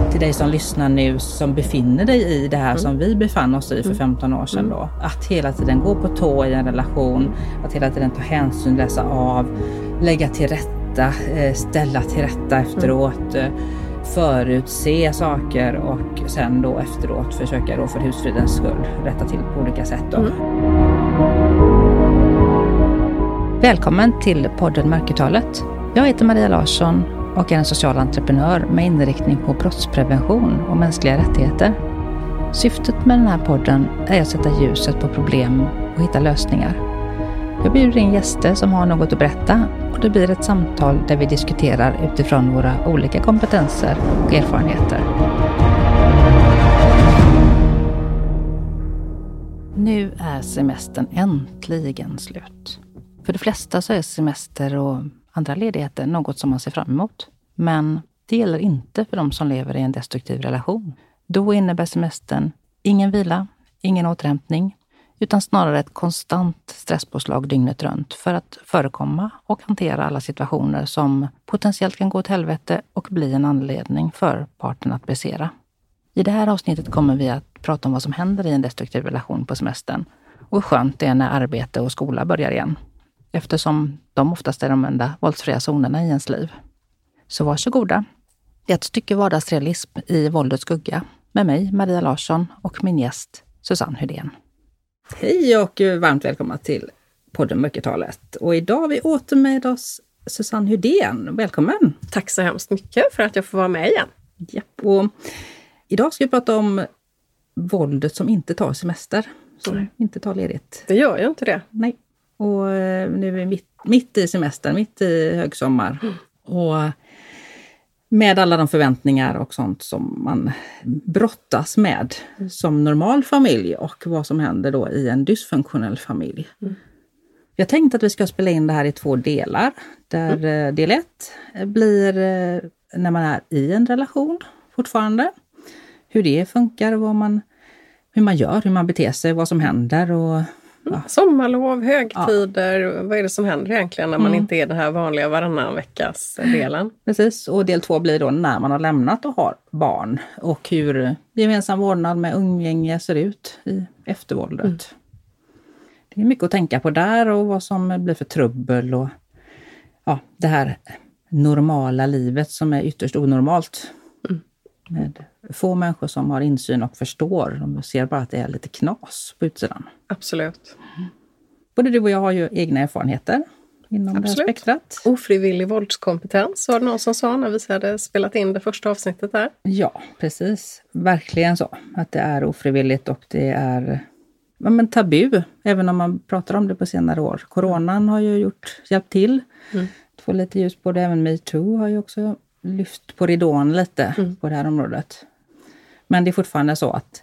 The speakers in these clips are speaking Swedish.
till dig som lyssnar nu, som befinner dig i det här som vi befann oss i för 15 år sedan då. Att hela tiden gå på tå i en relation, att hela tiden ta hänsyn, läsa av, lägga till rätta, ställa till rätta efteråt, förutse saker och sen då efteråt försöka då för husfridens skull rätta till på olika sätt då. Välkommen till podden Mörkertalet. Jag heter Maria Larsson och är en social entreprenör med inriktning på brottsprevention och mänskliga rättigheter. Syftet med den här podden är att sätta ljuset på problem och hitta lösningar. Jag bjuder in gäster som har något att berätta och det blir ett samtal där vi diskuterar utifrån våra olika kompetenser och erfarenheter. Nu är semestern äntligen slut. För de flesta så är semester och andra ledigheter något som man ser fram emot. Men det gäller inte för de som lever i en destruktiv relation. Då innebär semestern ingen vila, ingen återhämtning, utan snarare ett konstant stresspåslag dygnet runt för att förekomma och hantera alla situationer som potentiellt kan gå åt helvete och bli en anledning för parten att brisera. I det här avsnittet kommer vi att prata om vad som händer i en destruktiv relation på semestern och hur skönt det är när arbete och skola börjar igen. Eftersom de oftast är de enda våldsfria zonerna i ens liv. Så varsågoda. Det är ett stycke vardagsrealism i våldets skugga med mig, Maria Larsson, och min gäst, Susanne Hydén. Hej och varmt välkomna till podden Mörkertalet. Och idag har vi åter med oss Susanne Hydén. Välkommen! Tack så hemskt mycket för att jag får vara med igen. Japp, och idag ska vi prata om våldet som inte tar semester. Som inte tar ledigt. Det gör ju inte det. Nej. Och nu är vi mitt i semestern, mitt i högsommar. Och med alla de förväntningar och sånt som man brottas med som normal familj och vad som händer då i en dysfunktionell familj. Jag tänkte att vi ska spela in det här i 2 delar. Där del 1 blir när man är i en relation fortfarande. Hur det funkar, hur man gör, hur man beter sig, vad som händer och... Ja. Sommarlov, högtider, vad är det som händer egentligen när man inte är den här vanliga varannan veckas delen? Precis, och del 2 blir då när man har lämnat och har barn och hur gemensam vårdnad med umgänge ser ut i eftervåldet. Det är mycket att tänka på där och vad som blir för trubbel och det här normala livet som är ytterst onormalt. Med få människor som har insyn och förstår. De ser bara att det är lite knas på utsidan. Absolut. Både du och jag har ju egna erfarenheter inom det här spektrat. Ofrivillig våldskompetens var det någon som sa när vi hade spelat in det första avsnittet där. Ja, precis. Verkligen så. Att det är ofrivilligt och det är tabu. Även om man pratar om det på senare år. Coronan har ju hjälpt till. Att få lite ljus på det. Även MeToo har ju också lyft på ridån lite på det här området. Men det är fortfarande så att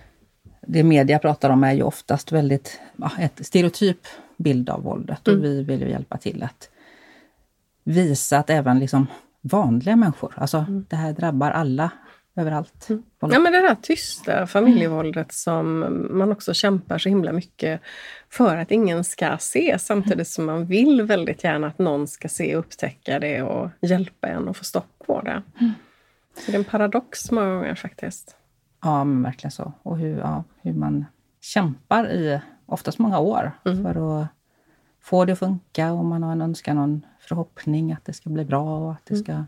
det media pratar om är ju oftast väldigt ett stereotyp bild av våldet. Och vi vill ju hjälpa till att visa att även liksom vanliga människor, alltså det här drabbar alla överallt. Ja, men det där tysta familjevåldet som man också kämpar så himla mycket för att ingen ska se, samtidigt som man vill väldigt gärna att någon ska se och upptäcka det och hjälpa en att få stopp på det. Så det är en paradox många gånger faktiskt. Ja, men verkligen så. Och hur man kämpar i oftast många år för att få det att funka, och man har en önskan, någon förhoppning att det ska bli bra och att det ska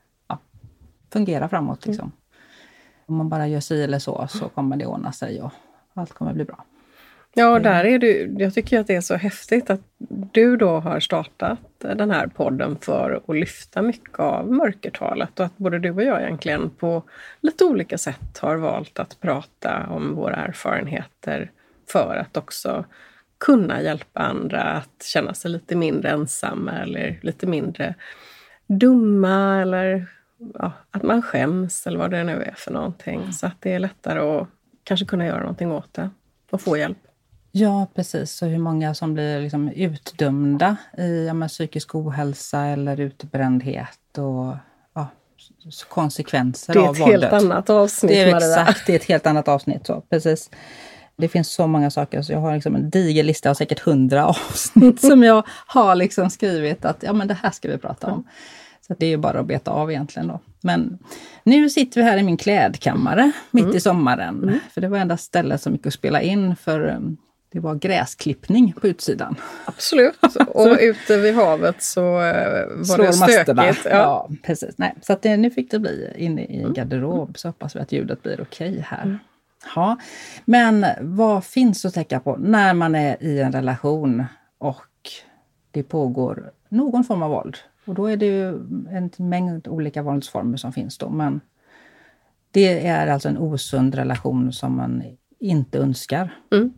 fungera framåt liksom. Om man bara gör sig eller så kommer det ordna sig och allt kommer bli bra. Ja, och där är jag tycker att det är så häftigt att du då har startat den här podden för att lyfta mycket av mörkertalet, och att både du och jag egentligen på lite olika sätt har valt att prata om våra erfarenheter för att också kunna hjälpa andra att känna sig lite mindre ensamma eller lite mindre dumma, eller att man skäms eller vad det nu är för någonting. Så att det är lättare att kanske kunna göra någonting åt det och få hjälp. Ja, precis. Så hur många som blir liksom utdömda i psykisk ohälsa eller utbrändhet och konsekvenser av våldet. Det är ett helt annat avsnitt. Det är ett helt annat avsnitt. Så, precis. Det finns så många saker, så jag har liksom en diger lista av säkert 100 avsnitt som jag har liksom skrivit att men det här ska vi prata om. Så det är ju bara att beta av egentligen då. Men nu sitter vi här i min klädkammare mitt i sommaren. För det var enda stället som gick att spela in, för det var gräsklippning på utsidan. Absolut. Och ute vid havet så var det stökigt. Ja, precis. Nej, så att nu fick det bli inne i en garderob, så hoppas vi att ljudet blir okej här. Ja, men vad finns att tänka på när man är i en relation och det pågår någon form av våld? Och då är det ju en mängd olika våldsformer som finns då. Men det är alltså en osund relation som man inte önskar.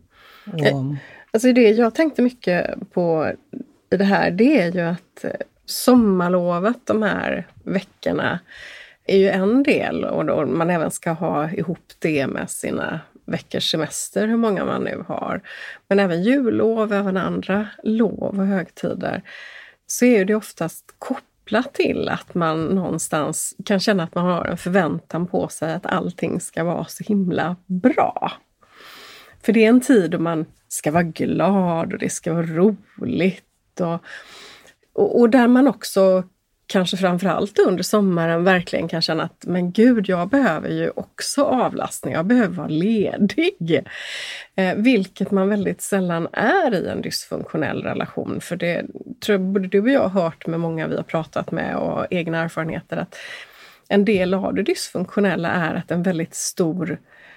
Alltså det jag tänkte mycket på i det här, det är ju att sommarlovet de här veckorna är ju en del, och då man även ska ha ihop det med sina veckors semester, hur många man nu har. Men även jullov, även andra lov och högtider, så är det oftast kopplat till att man någonstans kan känna att man har en förväntan på sig att allting ska vara så himla bra. För det är en tid då man ska vara glad och det ska vara roligt. Och där man också, kanske framförallt under sommaren, verkligen kan känna att men gud, jag behöver ju också avlastning. Jag behöver vara ledig. Vilket man väldigt sällan är i en dysfunktionell relation. För det tror jag både du och jag har hört med många vi har pratat med och egna erfarenheter, att en del av det dysfunktionella är att en väldigt stor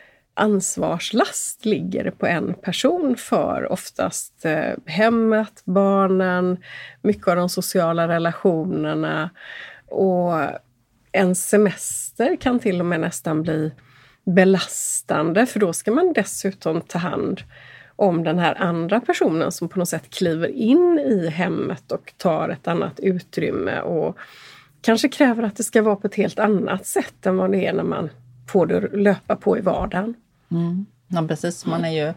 ansvarslast ligger på en person för oftast hemmet, barnen, mycket av de sociala relationerna, och en semester kan till och med nästan bli belastande, för då ska man dessutom ta hand om den här andra personen som på något sätt kliver in i hemmet och tar ett annat utrymme och kanske kräver att det ska vara på ett helt annat sätt än vad det är när man får det löpa på i vardagen. Ja, precis. Man är ju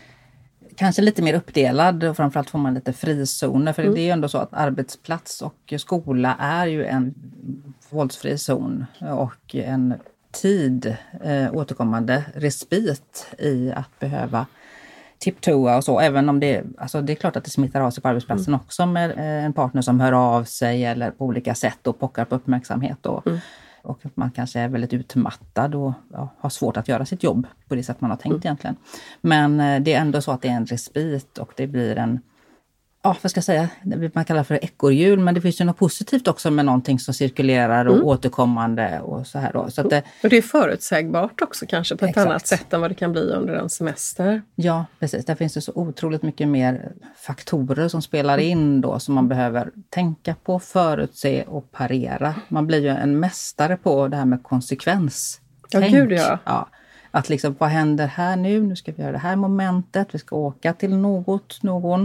kanske lite mer uppdelad, och framförallt får man lite frizoner. För det är ju ändå så att arbetsplats och skola är ju en våldsfri zon och en tid återkommande respit i att behöva tiptoa och så. Även om det är klart att det smittar av sig på arbetsplatsen också med en partner som hör av sig eller på olika sätt och pockar på uppmärksamhet och man kanske är väldigt utmattad och har svårt att göra sitt jobb på det sätt man har tänkt egentligen. Men det är ändå så att det är en respit och det blir en, vad ska jag säga, man kallar för ekorrhjul, men det finns ju något positivt också med någonting som cirkulerar och återkommande och så här då. Så att och det är förutsägbart också kanske på ett annat sätt än vad det kan bli under en semester. Ja, precis. Där finns det så otroligt mycket mer faktorer som spelar in då, som man behöver tänka på, förutse och parera. Man blir ju en mästare på det här med konsekvens. Ja, gud ja. Att liksom, vad händer här nu? Nu ska vi göra det här momentet. Vi ska åka till någon.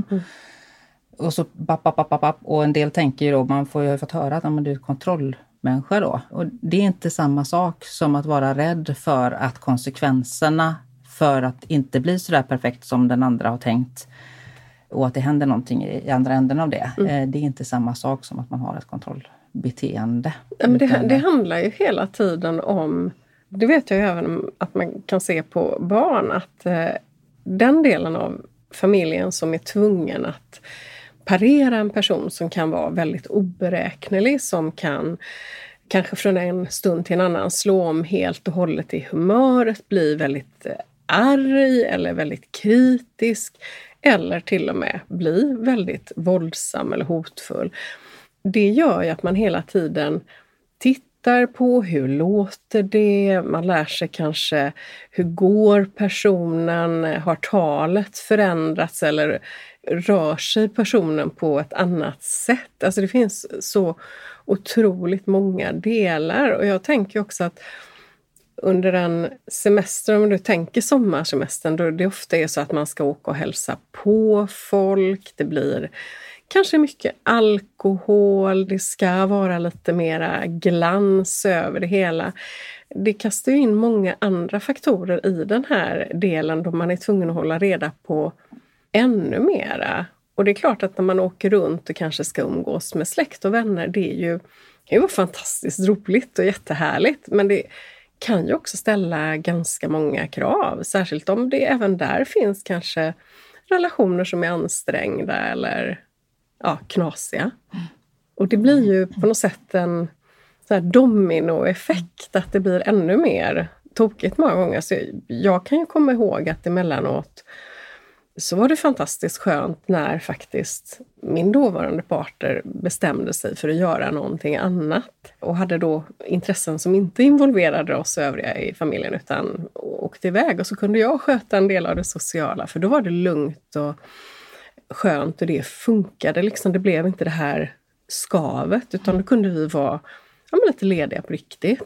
Och så och en del tänker ju då, man får ju fått höra att du är kontrollmänniska då. Och det är inte samma sak som att vara rädd för att konsekvenserna för att inte bli så där perfekt som den andra har tänkt och att det händer någonting i andra änden av det. Det är inte samma sak som att man har ett kontrollbeteende. Ja, men det handlar ju hela tiden om, det vet jag ju även att man kan se på barn, att den delen av familjen som är tvungen att parera en person som kan vara väldigt oberäknelig, som kan kanske från en stund till en annan slå om helt och hållet i humöret, bli väldigt arg eller väldigt kritisk eller till och med bli väldigt våldsam eller hotfull. Det gör ju att man hela tiden tittar på hur låter det, man lär sig kanske hur går personen, har talet förändrats eller rör sig personen på ett annat sätt. Alltså det finns så otroligt många delar, och jag tänker också att under en semester, om du tänker sommarsemestern, då det ofta är så att man ska åka och hälsa på folk, det blir kanske mycket alkohol, det ska vara lite mera glans över det hela. Det kastar ju in många andra faktorer i den här delen då man är tvungen att hålla reda på ännu mera. Och det är klart att när man åker runt och kanske ska umgås med släkt och vänner, det är ju fantastiskt roligt och jättehärligt, men det kan ju också ställa ganska många krav, särskilt om det även där finns kanske relationer som är ansträngda eller knasiga. Och det blir ju på något sätt så här dominoeffekt, att det blir ännu mer tokigt många gånger. Så jag kan ju komma ihåg att emellanåt så var det fantastiskt skönt när faktiskt min dåvarande partner bestämde sig för att göra någonting annat. Och hade då intressen som inte involverade oss övriga i familjen utan åkte iväg. Och så kunde jag sköta en del av det sociala, för då var det lugnt och skönt och det funkade. Liksom, det blev inte det här skavet, utan då kunde vi vara lite lediga på riktigt.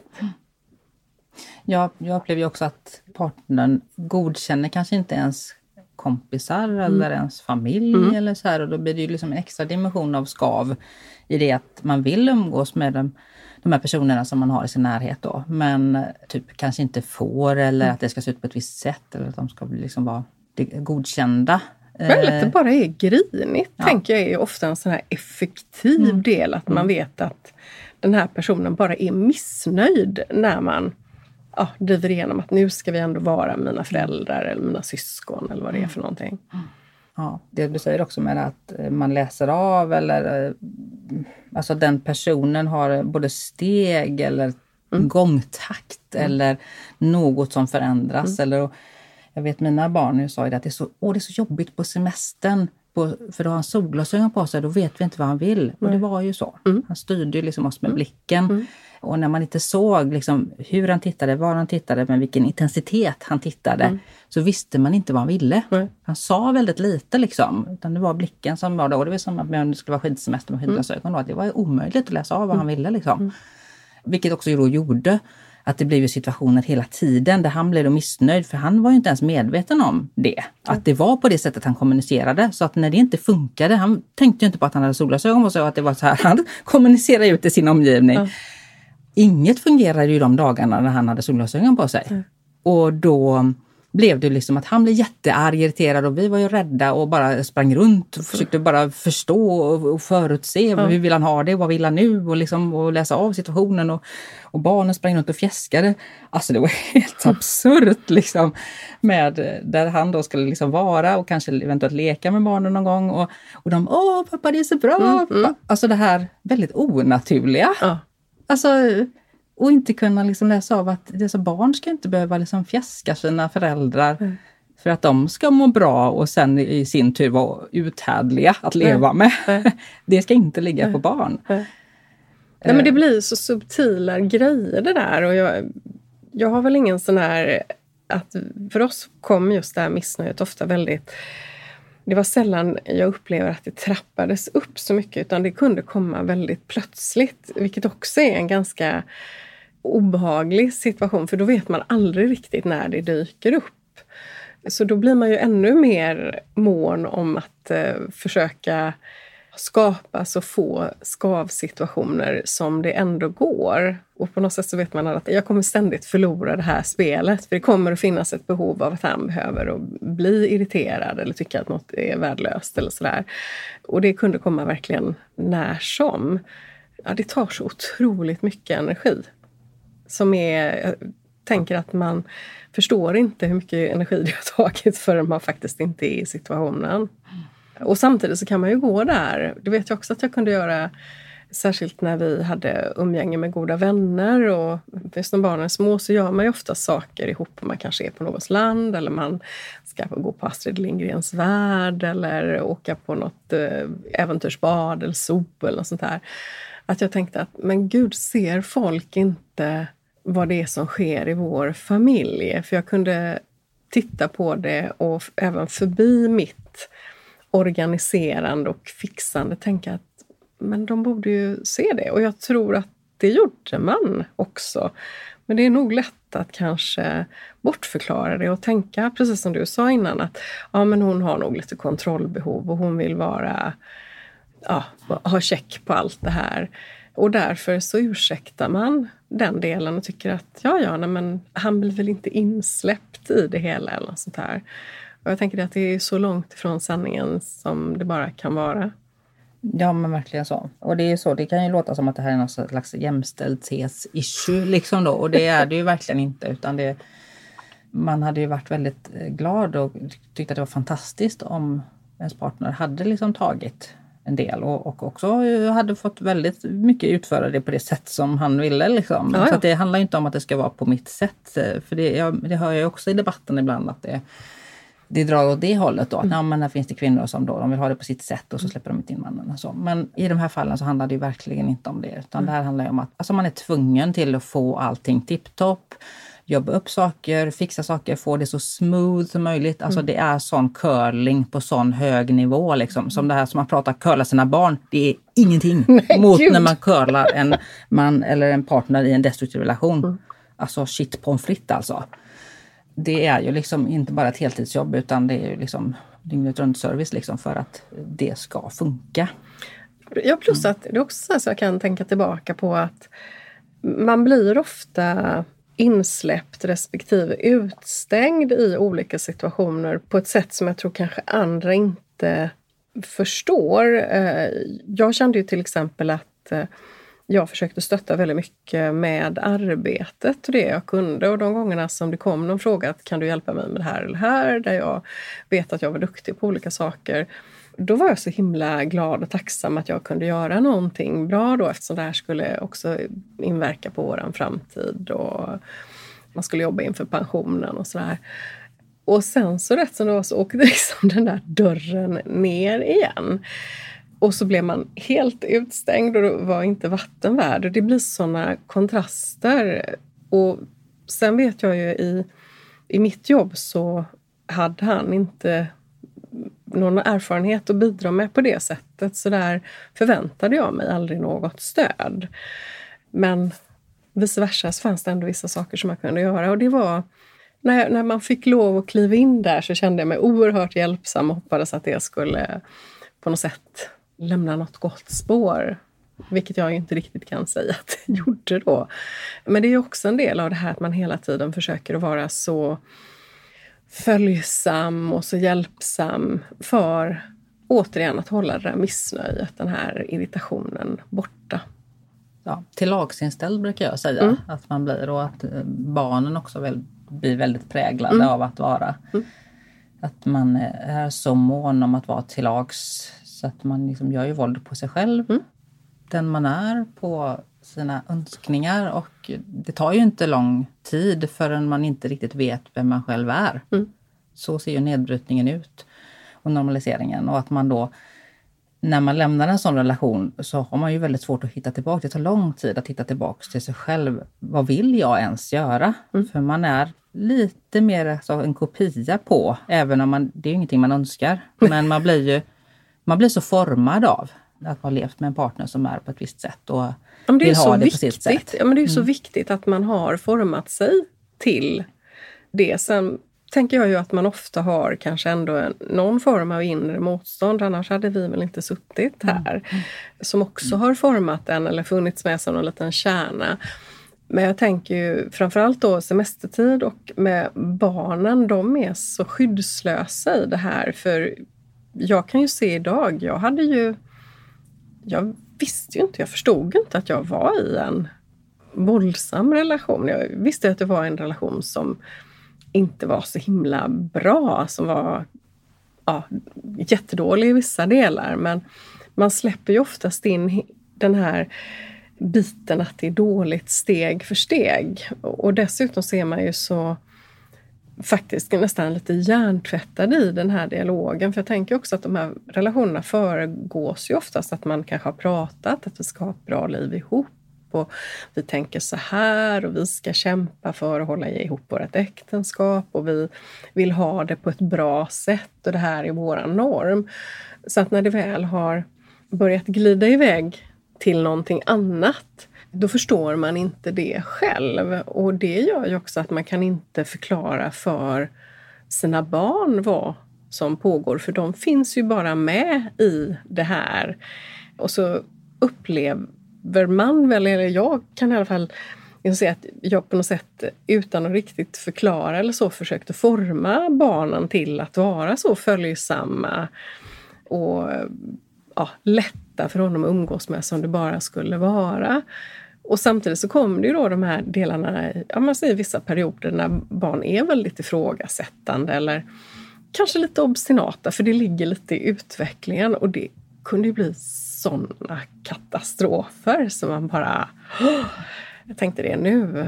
Ja, jag upplever ju också att partnern godkänner kanske inte ens kompisar eller ens familj eller så här, och då blir det ju liksom en extra dimension av skav i det att man vill umgås med de här personerna som man har i sin närhet då, men typ kanske inte får, eller att det ska se ut på ett visst sätt, eller att de ska liksom vara godkända. Men att det bara är grinigt, tänker jag, är ofta en sån här effektiv del, att man vet att den här personen bara är missnöjd när man driver igenom att nu ska vi ändå vara mina föräldrar eller mina syskon eller vad det är för någonting. Ja, det du säger också med att man läser av, eller alltså den personen har både steg eller gångtakt eller något som förändras. Eller, jag vet mina barn sa ju att det är så jobbigt på semestern, för då har han solglasögon på sig, då vet vi inte vad han vill. Och det var ju så. Han styrde ju liksom oss med blicken. Och när man inte såg liksom hur han tittade, var han tittade, med vilken intensitet han tittade, så visste man inte vad han ville. Han sa väldigt lite liksom, utan det var blicken som var då. Och det var som att det skulle vara skidsemester med skidglasögon då, att det var omöjligt att läsa av vad han ville liksom. Vilket också då gjorde att det blev situationer hela tiden där han blev då missnöjd, för han var ju inte ens medveten om det. Att det var på det sättet han kommunicerade. Så att när det inte funkade, han tänkte ju inte på att han hade solglasögon och så, att det var så här, han kommunicerade ut i sin omgivning. Inget fungerade ju de dagarna när han hade solglasögon på sig. Och då blev det liksom att han blev jättearg, irriterad, och vi var ju rädda och bara sprang runt och försökte bara förstå och förutse hur vill han ha det, vad vill han nu, och liksom och läsa av situationen, och barnen sprang runt och fjäskade. Alltså det var helt absurt liksom, med där han då skulle liksom vara och kanske eventuellt leka med barnen någon gång, och de, pappa det är så bra. Alltså det här väldigt onaturliga. Alltså, och inte kunna liksom läsa av att dessa barn ska inte behöva liksom fjäska sina föräldrar för att de ska må bra och sen i sin tur vara uthärdliga att leva med. Det ska inte ligga på barn. Nej, men det blir så subtila grejer det där, och jag har väl ingen sån här, att för oss kom just det här missnöjet ofta väldigt, det var sällan jag upplever att det trappades upp så mycket, utan det kunde komma väldigt plötsligt, vilket också är en ganska obehaglig situation, för då vet man aldrig riktigt när det dyker upp. Så då blir man ju ännu mer mån om att försöka skapa så få skavsituationer som det ändå går. Och på något sätt så vet man att jag kommer ständigt förlora det här spelet. För det kommer att finnas ett behov av att han behöver bli irriterad eller tycka att något är värdelöst eller sådär. Och det kunde komma verkligen när som. Ja, det tar så otroligt mycket energi. Som är, jag tänker att man förstår inte hur mycket energi det har tagit förrän man faktiskt inte är i situationen. Och samtidigt så kan man ju gå där. Det vet jag också att jag kunde göra, särskilt när vi hade umgänge med goda vänner. Och just när barnen är små så gör man ju ofta saker ihop. Man kanske är på något land, eller man ska gå på Astrid Lindgrens värld, eller åka på något äventyrsbad eller sop eller något sånt här. Att jag tänkte att, men gud, ser folk inte vad det är som sker i vår familj? För jag kunde titta på det och även förbi mitt organiserande och fixande tänka att men de borde ju se det. Och jag tror att det gjorde man också. Men det är nog lätt att kanske bortförklara det och tänka, precis som du sa innan, att ja, men hon har nog lite kontrollbehov och hon vill ha check på allt det här. Och därför så ursäktar man den delen och tycker att men han blir väl inte insläppt i det hela eller något sånt här. Och jag tänker att det är så långt ifrån sanningen som det bara kan vara. Ja, men verkligen så. Och det är så, det kan ju låta som att det här är någon slags jämställdhetsissue liksom då. Och det är det ju verkligen inte, utan man hade ju varit väldigt glad och tyckte att det var fantastiskt om ens partner hade liksom tagit en del och också hade fått väldigt mycket utföra det på det sätt som han ville liksom. Ja. Så att det handlar inte om att det ska vara på mitt sätt, för det hör jag också i debatten ibland att det drar åt det hållet då. Att men här finns det kvinnor som då, de vill ha det på sitt sätt och så släpper de inte in mannen och så. Men i de här fallen så handlar det ju verkligen inte om det. Utan det här handlar ju om att alltså man är tvungen till att få allting tipptopp, jobba upp saker, fixa saker, få det så smooth som möjligt. Alltså det är sån curling på sån hög nivå liksom. Som det här som man pratar curla sina barn. Det är ingenting mot när man curlar en man eller en partner i en destruktiv relation. Alltså shit pommes frites alltså. Det är ju liksom inte bara ett heltidsjobb utan det är ju liksom dygnet runt service liksom för att det ska funka. Ja, plus att det är också så jag kan tänka tillbaka på att man blir ofta insläppt respektive utstängd i olika situationer på ett sätt som jag tror kanske andra inte förstår. Jag kände ju till exempel att jag försökte stötta väldigt mycket med arbetet och det jag kunde. Och de gångerna som det kom någon fråga att kan du hjälpa mig med det här eller här, där jag vet att jag var duktig på olika saker. Då var jag så himla glad och tacksam att jag kunde göra någonting bra då, eftersom det här skulle också inverka på våran framtid och man skulle jobba inför pensionen och sådär. Och sen så rätt som det var så åkte liksom den där dörren ner igen. Och så blev man helt utstängd och då var inte vatten värd. Och det blir sådana kontraster. Och sen vet jag ju i mitt jobb så hade han inte någon erfarenhet att bidra med på det sättet. Så där förväntade jag mig aldrig något stöd. Men vice versa så fanns det ändå vissa saker som man kunde göra. Och det var när man fick lov att kliva in där så kände jag mig oerhört hjälpsam och hoppades att det skulle på något sätt lämna något gott spår. Vilket jag inte riktigt kan säga att det gjorde då. Men det är också en del av det här att man hela tiden försöker att vara så följsam och så hjälpsam för återigen att hålla det där missnöjet, den här irritationen borta. Ja, till lagsinställd brukar jag säga att man blir och att barnen också blir väldigt präglade av att vara. Att man är så mån om att vara till lags så att man liksom gör ju våld på sig själv. Den man är på sina önskningar och det tar ju inte lång tid förrän man inte riktigt vet vem man själv är. Så ser ju nedbrytningen ut och normaliseringen och att man då när man lämnar en sån relation så har man ju väldigt svårt att hitta tillbaka. Det tar lång tid att hitta tillbaka till sig själv. Vad vill jag ens göra? För man är lite mer så en kopia på, även om det är ju ingenting man önskar. Men man blir så formad av att man levt med en partner som är på ett visst sätt och vill ha det på sitt sätt. Ja, men det är ju så viktigt att man har format sig till det. Sen tänker jag ju att man ofta har kanske ändå någon form av inre motstånd. Annars hade vi väl inte suttit här. Som också har format en eller funnits med som en liten kärna. Men jag tänker ju framförallt då semestertid och med barnen. De är så skyddslösa i det här. För jag kan ju se idag. Jag visste ju inte, jag förstod inte att jag var i en våldsam relation. Jag visste att det var en relation som inte var så himla bra, som var jättedålig i vissa delar. Men man släpper ju oftast in den här biten att det är dåligt steg för steg. Och dessutom ser man ju så faktiskt nästan lite hjärntvättad i den här dialogen. För jag tänker också att de här relationerna föregås ju oftast att man kanske har pratat att vi ska ha ett bra liv ihop. Och vi tänker så här och vi ska kämpa för att hålla ihop vårt äktenskap och vi vill ha det på ett bra sätt och det här är våran norm. Så att när det väl har börjat glida iväg till någonting annat, då förstår man inte det själv. Och det gör ju också att man kan inte förklara för sina barn vad som pågår, för de finns ju bara med i det här. Och så upplever man väl, eller jag kan i alla fall säga att jag på något sätt utan att riktigt förklara eller så försökte forma barnen till att vara så följsamma och lätta för honom att umgås med som det bara skulle vara. Och samtidigt så kommer det ju då de här delarna i vissa perioder när barn är väldigt ifrågasättande eller kanske lite obstinata, för det ligger lite i utvecklingen och det kunde ju bli sådana katastrofer som man bara... Jag tänkte det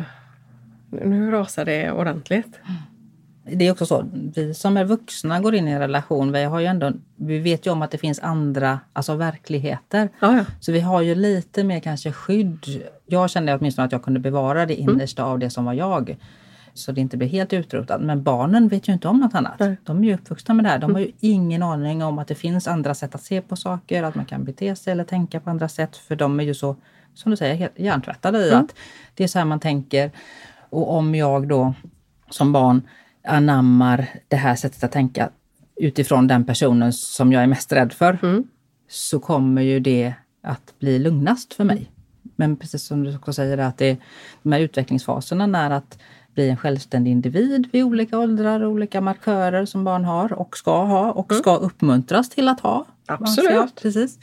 nu rasar det ordentligt. Det är också så, vi som är vuxna går in i en relation, vi vet ju om att det finns andra, alltså verkligheter. Ja. Så vi har ju lite mer kanske skydd. Jag kände åtminstone att jag kunde bevara det innersta av det som var jag. Så det inte blir helt utrotat. Men barnen vet ju inte om något annat. Nej. De är ju uppvuxna med det här. De har ju ingen aning om att det finns andra sätt att se på saker. Att man kan bete sig eller tänka på andra sätt. För de är ju så, som du säger, helt hjärntvättade i att det är så här man tänker. Och om jag då som barn anammar det här sättet att tänka utifrån den personen som jag är mest rädd för. Så kommer ju det att bli lugnast för mig. Men precis som du också säger att de här utvecklingsfaserna när att bli en självständig individ vid olika åldrar, olika markörer som barn har och ska ha och ska uppmuntras till att ha. Absolut. Ja, precis.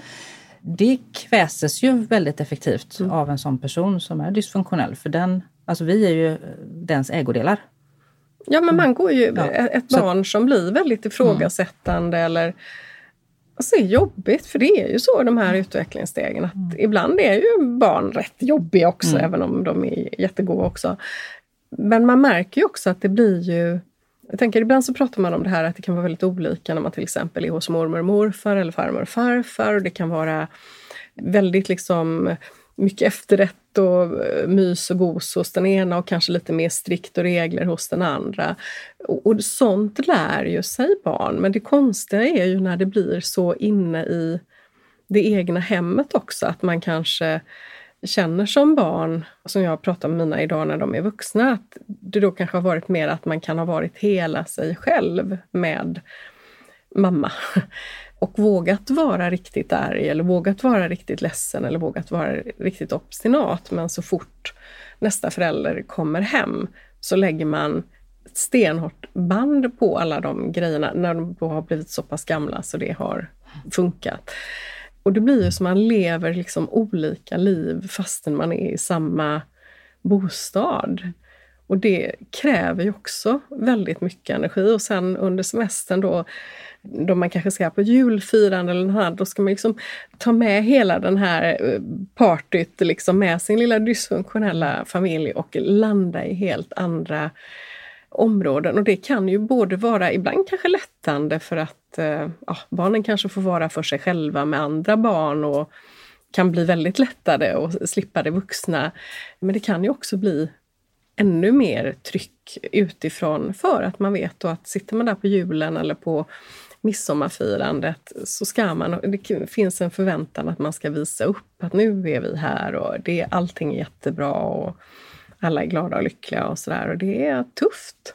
Det kväses ju väldigt effektivt av en sån person som är dysfunktionell. För vi är ju dens ägodelar. Ja, men man går ju ett barn som blir väldigt ifrågasättande eller alltså det är jobbigt, för det är ju så de här utvecklingsstegen att ibland är ju barn rätt jobbiga också, även om de är jättegoda också. Men man märker ju också att det blir ju, jag tänker ibland så pratar man om det här att det kan vara väldigt olika när man till exempel är hos mormor och morfar eller farmor och farfar, och det kan vara väldigt liksom mycket efterrätt och mys och gos hos den ena och kanske lite mer strikt och regler hos den andra. Och sånt lär ju sig barn, men det konstiga är ju när det blir så inne i det egna hemmet också, att man kanske känner som barn, som jag pratar med mina idag när de är vuxna, att det då kanske har varit mer att man kan ha varit hela sig själv med mamma och vågat vara riktigt arg eller vågat vara riktigt ledsen eller vågat vara riktigt obstinat, men så fort nästa förälder kommer hem så lägger man ett stenhårt band på alla de grejerna när de då har blivit så pass gamla så det har funkat. Och det blir ju som man lever liksom olika liv fastän man är i samma bostad. Och det kräver ju också väldigt mycket energi. Och sen under semestern då man kanske ska på julfirande eller något, då ska man liksom ta med hela den här partyt liksom med sin lilla dysfunktionella familj och landa i helt andra områden. Och det kan ju både vara ibland kanske lättande för att barnen kanske får vara för sig själva med andra barn och kan bli väldigt lättade och slippa det vuxna. Men det kan ju också bli ännu mer tryck utifrån för att man vet då att sitter man där på julen eller på midsommarfirandet så ska man, det finns en förväntan att man ska visa upp att nu är vi här och allting är jättebra och alla är glada och lyckliga och sådär, och det är tufft.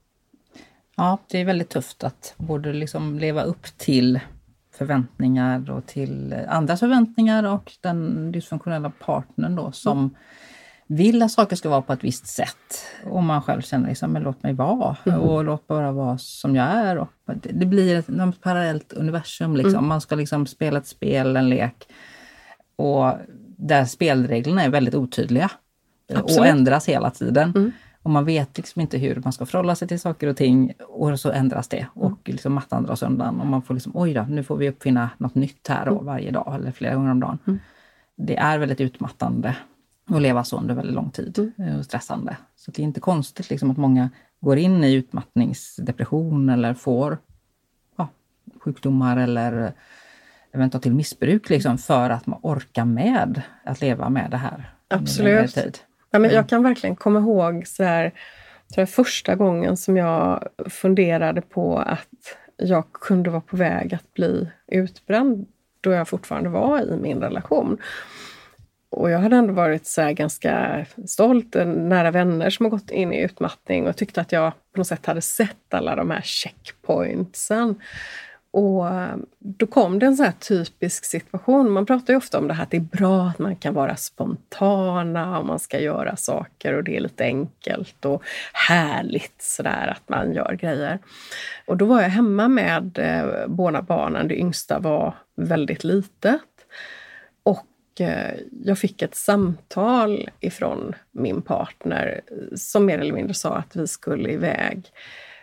Ja, det är väldigt tufft att både liksom leva upp till förväntningar och till andras förväntningar och den dysfunktionella partnern då som vill att saker ska vara på ett visst sätt. Och man själv känner liksom, men låt mig vara och låt bara vara som jag är. Och det blir ett parallellt universum liksom. Man ska liksom spela ett spel, en lek. Och där spelreglerna är väldigt otydliga. Absolut. Och ändras hela tiden. Och man vet liksom inte hur man ska förhålla sig till saker och ting. Och så ändras det. Och liksom mattan dras undan. Och man får liksom, oj då, nu får vi uppfinna något nytt här då, varje dag. Eller flera gånger om dagen. Det är väldigt utmattande att leva så under väldigt lång tid. Och stressande. Så det är inte konstigt liksom att många går in i utmattningsdepression. Eller får sjukdomar eller eventuellt till missbruk. Liksom, för att man orkar med att leva med det här. Absolut. Ja, men jag kan verkligen komma ihåg så här, första gången som jag funderade på att jag kunde vara på väg att bli utbränd då jag fortfarande var i min relation. Och jag hade ändå varit så här ganska stolt, nära vänner som har gått in i utmattning och tyckte att jag på något sätt hade sett alla de här checkpointsen. Och då kom det en så här typisk situation. Man pratar ju ofta om det här att det är bra att man kan vara spontana och man ska göra saker och det är lite enkelt och härligt sådär att man gör grejer. Och då var jag hemma med båda barnen. Det yngsta var väldigt litet. Och jag fick ett samtal ifrån min partner som mer eller mindre sa att vi skulle iväg.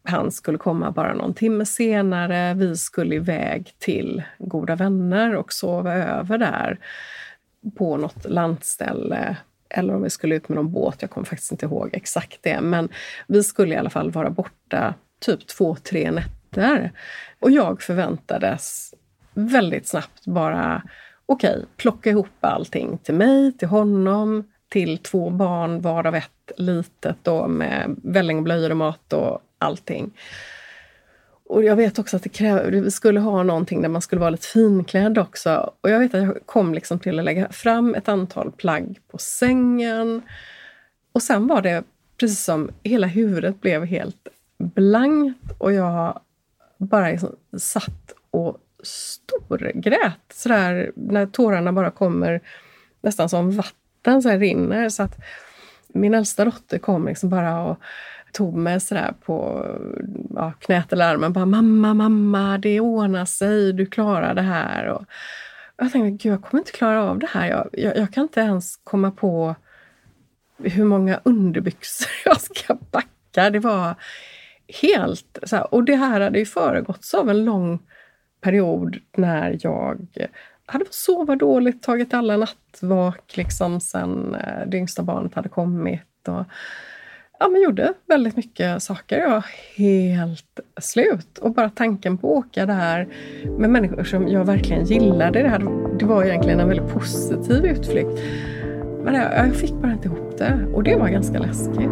Han skulle komma bara någon timme senare. Vi skulle iväg till Goda Vänner och sova över där på något landställe. Eller om vi skulle ut med någon båt, jag kommer faktiskt inte ihåg exakt det. Men vi skulle i alla fall vara borta typ 2-3 nätter. Och jag förväntades väldigt snabbt bara, plocka ihop allting till mig, till honom, till 2 barn, varav ett litet då med välling, blöjor och mat och allting. Och jag vet också att vi skulle ha någonting där man skulle vara lite finklädd också. Och jag vet att jag kom liksom till att lägga fram ett antal plagg på sängen. Och sen var det precis som hela huvudet blev helt blankt. Och jag bara liksom satt och storgrät. Sådär när tårarna bara kommer nästan som vatten så här rinner. Så att min äldsta dotter kom liksom bara och tog mig sådär på knät eller armen. Bara, mamma, det ordnar sig. Du klarar det här. Och jag tänkte, jag kommer inte klara av det här. Jag kan inte ens komma på hur många underbyxor jag ska backa. Det var helt så här. Och det här hade ju föregåtts av en lång period när jag hade sovit dåligt, tagit alla nattvak liksom sen det yngsta barnet hade kommit. Och men gjorde väldigt mycket saker. Jag var helt slut. Och bara tanken på att åka där med människor som jag verkligen gillade. Det var egentligen en väldigt positiv utflykt. Men jag fick bara inte ihop det. Och det var ganska läskigt.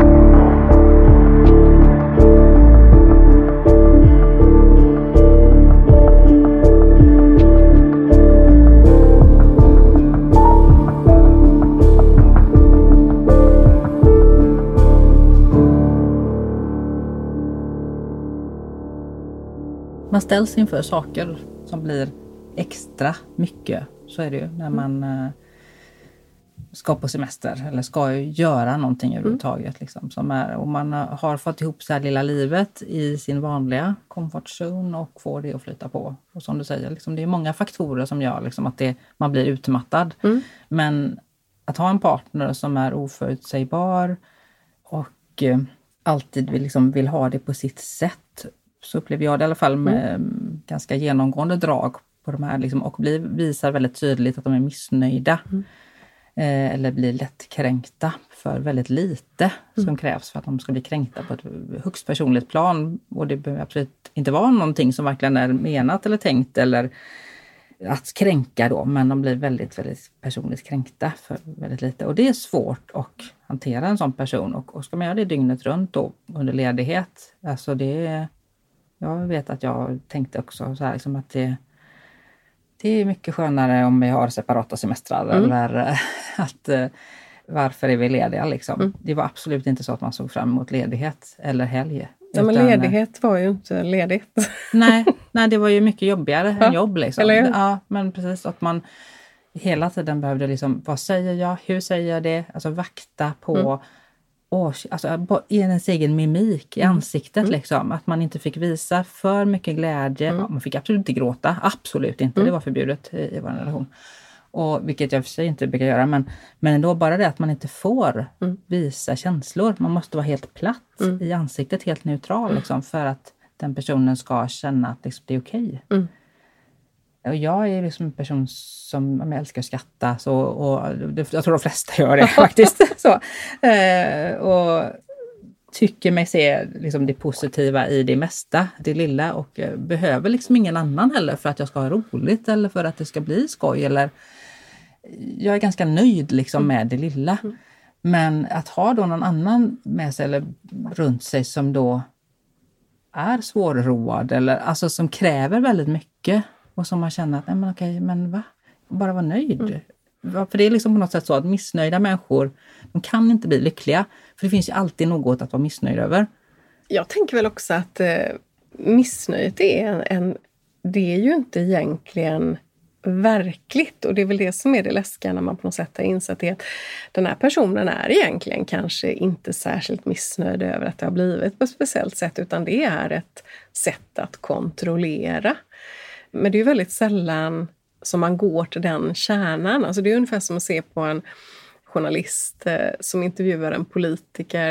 Man ställs inför saker som blir extra mycket. Så är det ju när man ska på semester. Eller ska göra någonting överhuvudtaget. Liksom, och man har fått ihop så här lilla livet i sin vanliga comfort zone. Och får det att flyta på. Och som du säger, liksom, det är många faktorer som gör liksom, att man blir utmattad. Men att ha en partner som är oförutsägbar. Och alltid vill ha det på sitt sätt. Så upplever jag det i alla fall med ganska genomgående drag på de här. Liksom, och visar väldigt tydligt att de är missnöjda. Eller blir lätt kränkta för väldigt lite som krävs för att de ska bli kränkta på ett högst personligt plan. Och det behöver absolut inte vara någonting som verkligen är menat eller tänkt eller att kränka då. Men de blir väldigt, väldigt personligt kränkta för väldigt lite. Och det är svårt att hantera en sån person. Och ska man göra det dygnet runt då under ledighet. Alltså jag vet att jag tänkte också så här liksom att det är mycket skönare om vi har separata semestrar eller att varför är vi lediga liksom. Det var absolut inte så att man såg fram emot ledighet eller helg. Ja, men ledighet var ju inte ledigt. Nej, det var ju mycket jobbigare än jobb liksom. Ja, men precis att man hela tiden behövde liksom, vad säger jag, hur säger jag det, alltså vakta på alltså i ens egen mimik i ansiktet liksom. Att man inte fick visa för mycket glädje. Man fick absolut inte gråta. Absolut inte. Det var förbjudet i vår relation. Och vilket jag för sig inte brukar göra. Men ändå bara det att man inte får visa känslor. Man måste vara helt platt i ansiktet. Helt neutral liksom. För att den personen ska känna att liksom, det är okej. Och jag är liksom en person som älskar att skratta. Och jag tror de flesta gör det faktiskt. Så. Och tycker mig se liksom det positiva i det mesta, det lilla. Och behöver liksom ingen annan heller för att jag ska ha roligt. Eller för att det ska bli skoj. Eller, jag är ganska nöjd liksom med det lilla. Men att ha då någon annan med sig eller runt sig som då är svårroad. Eller alltså som kräver väldigt mycket. Och som man känner att, nej men okej, men va? Bara vara nöjd. För det är liksom på något sätt så att missnöjda människor, de kan inte bli lyckliga. För det finns ju alltid något att vara missnöjd över. Jag tänker väl också att missnöjet det är ju inte egentligen verkligt. Och det är väl det som är det läskiga när man på något sätt har insett att den här personen är egentligen kanske inte särskilt missnöjd över att det har blivit på ett speciellt sätt. Utan det är ett sätt att kontrollera. Men det är ju väldigt sällan som man går till den kärnan. Alltså det är ungefär som att se på en journalist som intervjuar en politiker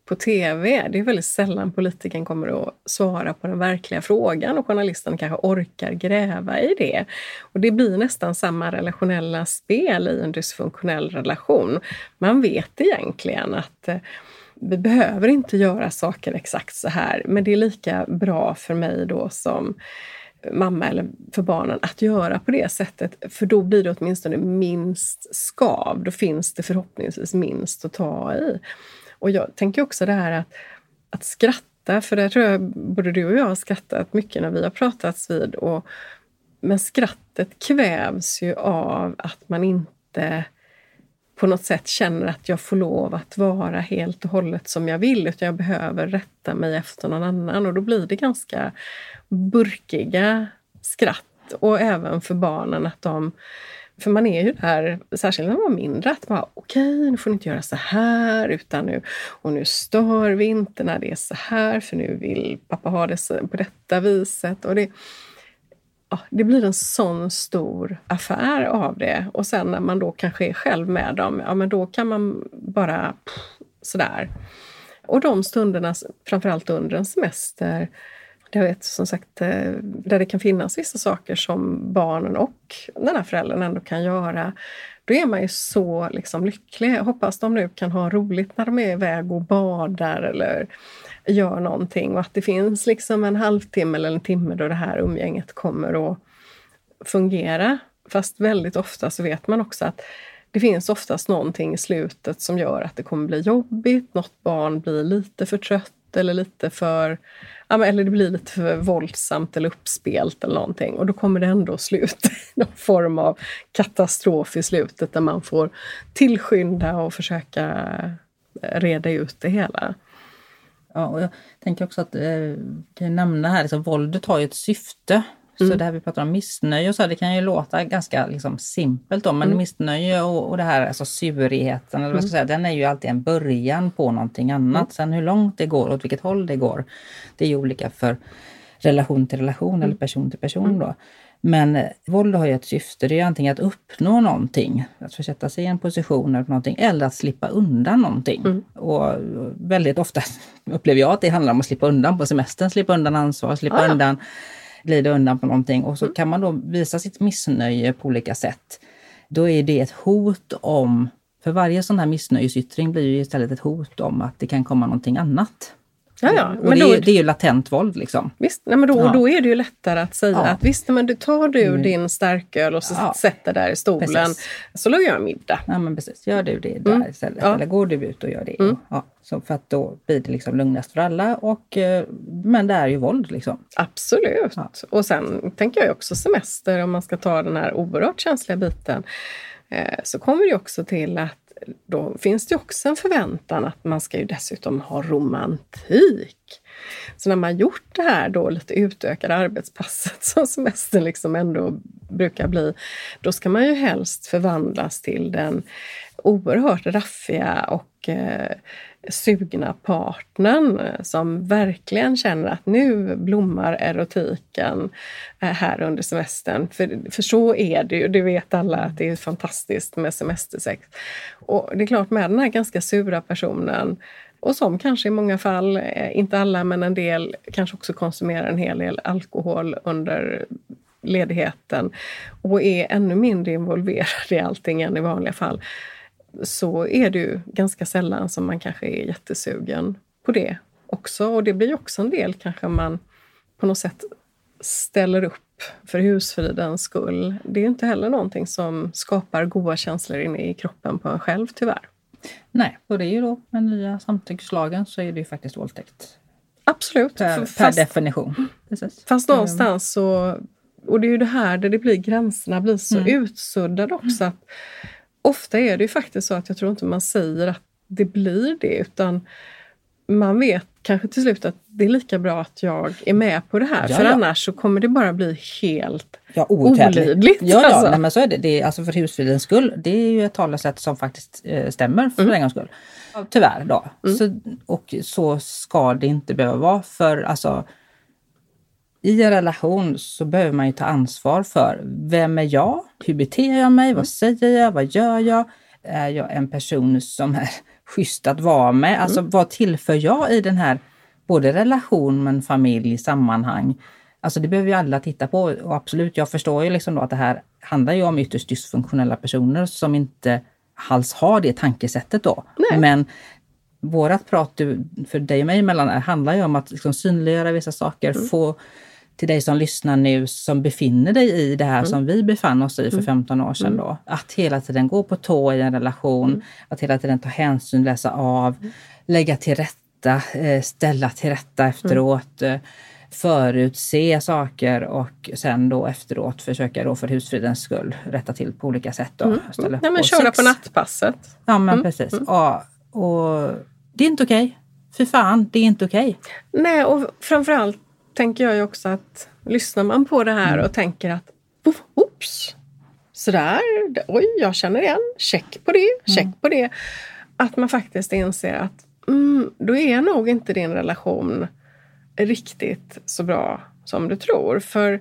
på tv. Det är väldigt sällan politikern kommer att svara på den verkliga frågan och journalisten kanske orkar gräva i det. Och det blir nästan samma relationella spel i en dysfunktionell relation. Man vet egentligen att vi behöver inte göra saker exakt så här, men det är lika bra för mig då som mamma eller för barnen att göra på det sättet, för då blir det åtminstone minst skav. Då finns det förhoppningsvis minst att ta i. Och jag tänker också det här att skratta, för det tror jag både du och jag har skrattat mycket när vi har pratats vid. Men skrattet kvävs ju av att man inte på något sätt känner att jag får lov att vara helt och hållet som jag vill, utan jag behöver rätta mig efter någon annan. Och då blir det ganska burkiga skratt. Och även för barnen att för man är ju där, särskilt när man var mindre, att bara okej, nu får ni inte göra så här, utan nu stör vi inte när det är så här, för nu vill pappa ha det på detta viset. Och det blir en sån stor affär av det. Och sen när man då kanske är själv med dem, men då kan man bara sådär. Och de stunderna, framförallt under en semester, jag vet som sagt, där det kan finnas vissa saker som barnen och den här föräldern ändå kan göra, då är man ju så liksom lycklig. Jag hoppas de nu kan ha roligt när de är iväg och badar eller gör någonting, och att det finns liksom en halvtimme eller en timme då det här umgänget kommer att fungera. Fast väldigt ofta så vet man också att det finns oftast någonting i slutet som gör att det kommer bli jobbigt. Något barn blir lite för trött eller lite för... eller det blir lite för våldsamt eller uppspelt eller någonting. Och då kommer det ändå sluta i någon form av katastrof i slutet där man får tillskynda och försöka reda ut det hela. Ja, och jag tänker också att kan jag nämna här, liksom, våldet har ju ett syfte. Så det här vi pratar om missnöje och så, det kan ju låta ganska liksom simpelt då, men missnöje och det här, alltså surheten, eller vad ska jag säga, den är ju alltid en början på någonting annat. Sen hur långt det går, åt vilket håll det går, det är ju olika för relation till relation eller person till person då. Men våld har ju ett syfte, det är ju antingen att uppnå någonting, att försätta sig i en position eller någonting, eller att slippa undan någonting. Och väldigt ofta upplever jag att det handlar om att slippa undan på semestern, slippa undan ansvar, slippa undan, glida undan på någonting. Och så kan man då visa sitt missnöje på olika sätt. Då är det ett hot om, för varje sån här missnöjesyttring blir ju istället ett hot om att det kan komma någonting annat. Ja. Och det är ju latent våld liksom. Visst, men då är det ju lättare att säga att visst, men du tar din starköl och så sätter där i stolen, precis. Så lagar jag middag. Ja, men precis. Gör du det där istället. Eller går du ut och gör det. Ja, så för att då blir det liksom lugnast för alla. Men det är ju våld liksom. Absolut. Ja. Och sen tänker jag också semester, om man ska ta den här oerhört känsliga biten, så kommer det också till att då finns det också en förväntan att man ska ju dessutom ha romantik. Så när man gjort det här då lite utökade arbetspasset som semestern liksom ändå brukar bli, då ska man ju helst förvandlas till den oerhört raffiga och sugna partnern som verkligen känner att nu blommar erotiken här under semestern. För så är det ju, det vet alla att det är fantastiskt med semestersex. Och det är klart, med den här ganska sura personen, och som kanske i många fall, inte alla men en del, kanske också konsumerar en hel del alkohol under ledigheten och är ännu mindre involverad i allting än i vanliga fall, så är det ju ganska sällan som man kanske är jättesugen på det också. Och det blir ju också en del kanske man på något sätt ställer upp för husfridens skull. Det är ju inte heller någonting som skapar goda känslor inne i kroppen på en själv, tyvärr. Nej, och det är ju då med nya samtyckeslagen så är det ju faktiskt våldtäkt. Absolut. Per definition. Precis. Fast någonstans så, och det är ju det här där det blir, gränserna blir så utsuddade också, att ofta är det ju faktiskt så att jag tror inte man säger att det blir det, utan man vet kanske till slut att det är lika bra att jag är med på det här. För annars så kommer det bara bli helt olidligt. Alltså. Nej, men så är det. Det är, alltså för husfridens skull, det är ju ett talesätt som faktiskt stämmer för en gångs skull. Tyvärr då. Och så ska det inte behöva vara. För alltså, i en relation så behöver man ju ta ansvar för vem är jag? Hur beter jag mig? Vad säger jag? Vad gör jag? Är jag en person som är schysst att vara med. Alltså vad tillför jag i den här både relation men familj, sammanhang. Alltså det behöver ju alla titta på och absolut, jag förstår ju liksom då att det här handlar ju om ytterst dysfunktionella personer som inte alls har det tankesättet då. Nej. Men vårat prat för dig och mig emellan handlar ju om att liksom synliggöra vissa saker, få till dig som lyssnar nu som befinner dig i det här som vi befann oss i för 15 år sedan då. Att hela tiden gå på tå i en relation, att hela tiden ta hänsyn, läsa av, lägga till rätta, ställa till rätta efteråt, förutse saker och sen då efteråt försöka då för husfridens skull rätta till på olika sätt då. Ja, men köra på nattpasset. Ja, men precis. Ja, och det är inte okej. För fan, det är inte okej. Nej, och framförallt tänker jag ju också att lyssnar man på det här och tänker att oops, sådär, oj, jag känner igen, check på det. Att man faktiskt inser att då är nog inte din relation riktigt så bra som du tror. För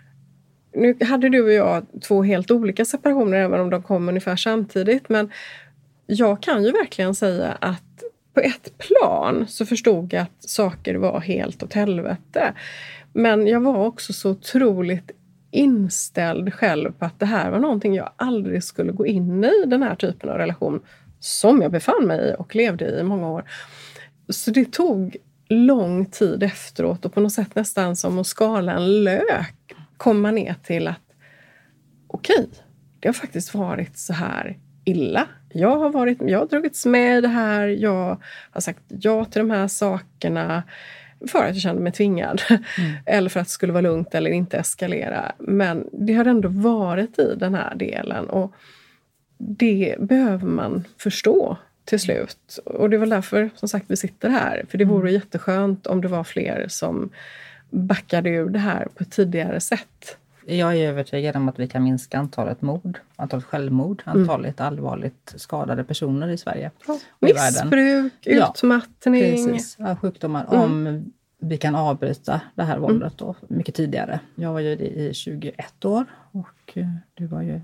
nu hade du och jag 2 helt olika separationer även om de kom ungefär samtidigt. Men jag kan ju verkligen säga att på ett plan så förstod jag att saker var helt åt helvete. Men jag var också så otroligt inställd själv på att det här var någonting jag aldrig skulle gå in i, den här typen av relation som jag befann mig i och levde i många år. Så det tog lång tid efteråt och på något sätt nästan som att skala en lök kom man ner till att okej, det har faktiskt varit så här illa. Jag har dragits med i det här, jag har sagt ja till de här sakerna för att jag kände mig tvingad. Eller för att det skulle vara lugnt eller inte eskalera. Men det har ändå varit i den här delen och det behöver man förstå till slut. Och det är väl därför som sagt vi sitter här. För det vore jätteskönt om det var fler som backade ur det här på ett tidigare sätt. Jag är övertygad om att vi kan minska antalet mord, antalet självmord, antalet allvarligt skadade personer i Sverige och i världen. Missbruk, utmattning. Precis, sjukdomar. Om vi kan avbryta det här våldet då mycket tidigare. Jag var ju i 21 år och du var ju...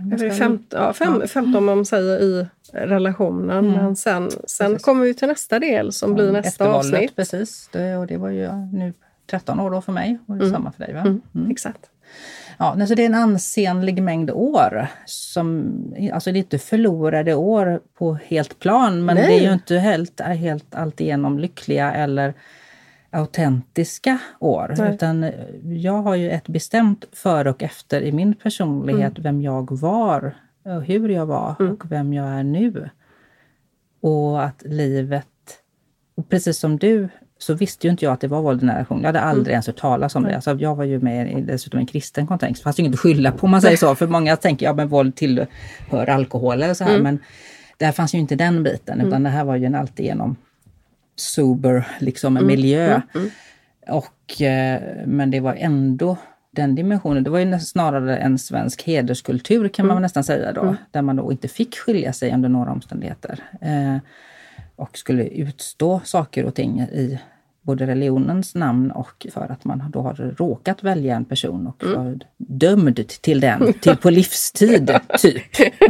15 om man säger i relationen. Men sen kommer vi till nästa del som blir nästa avsnitt. Precis, och det var ju nu 13 år då för mig och det är samma för dig va? Exakt. Ja, alltså det är en ansenlig mängd år som, alltså det är inte förlorade år på helt plan, men det är ju inte helt alltigenom lyckliga eller autentiska år. Utan jag har ju ett bestämt före och efter i min personlighet vem jag var och hur jag var och vem jag är nu. Och att livet, och precis som du, så visste ju inte jag att det var våld i nära relation. Jag hade aldrig ens hört talas om det. Alltså, jag var ju med i dessutom en kristen kontext. Fast inget att skylla på, man säger så. För många tänker, men våld tillhör alkohol eller så här. Men där fanns ju inte den biten. Utan det här var ju en alltigenom sober liksom, en miljö. Och, men det var ändå den dimensionen. Det var ju snarare en svensk hederskultur kan man nästan säga då. Där man då inte fick skilja sig under några omständigheter. Och skulle utstå saker och ting i både religionens namn och för att man då har råkat välja en person och var dömd till den, på livstid typ.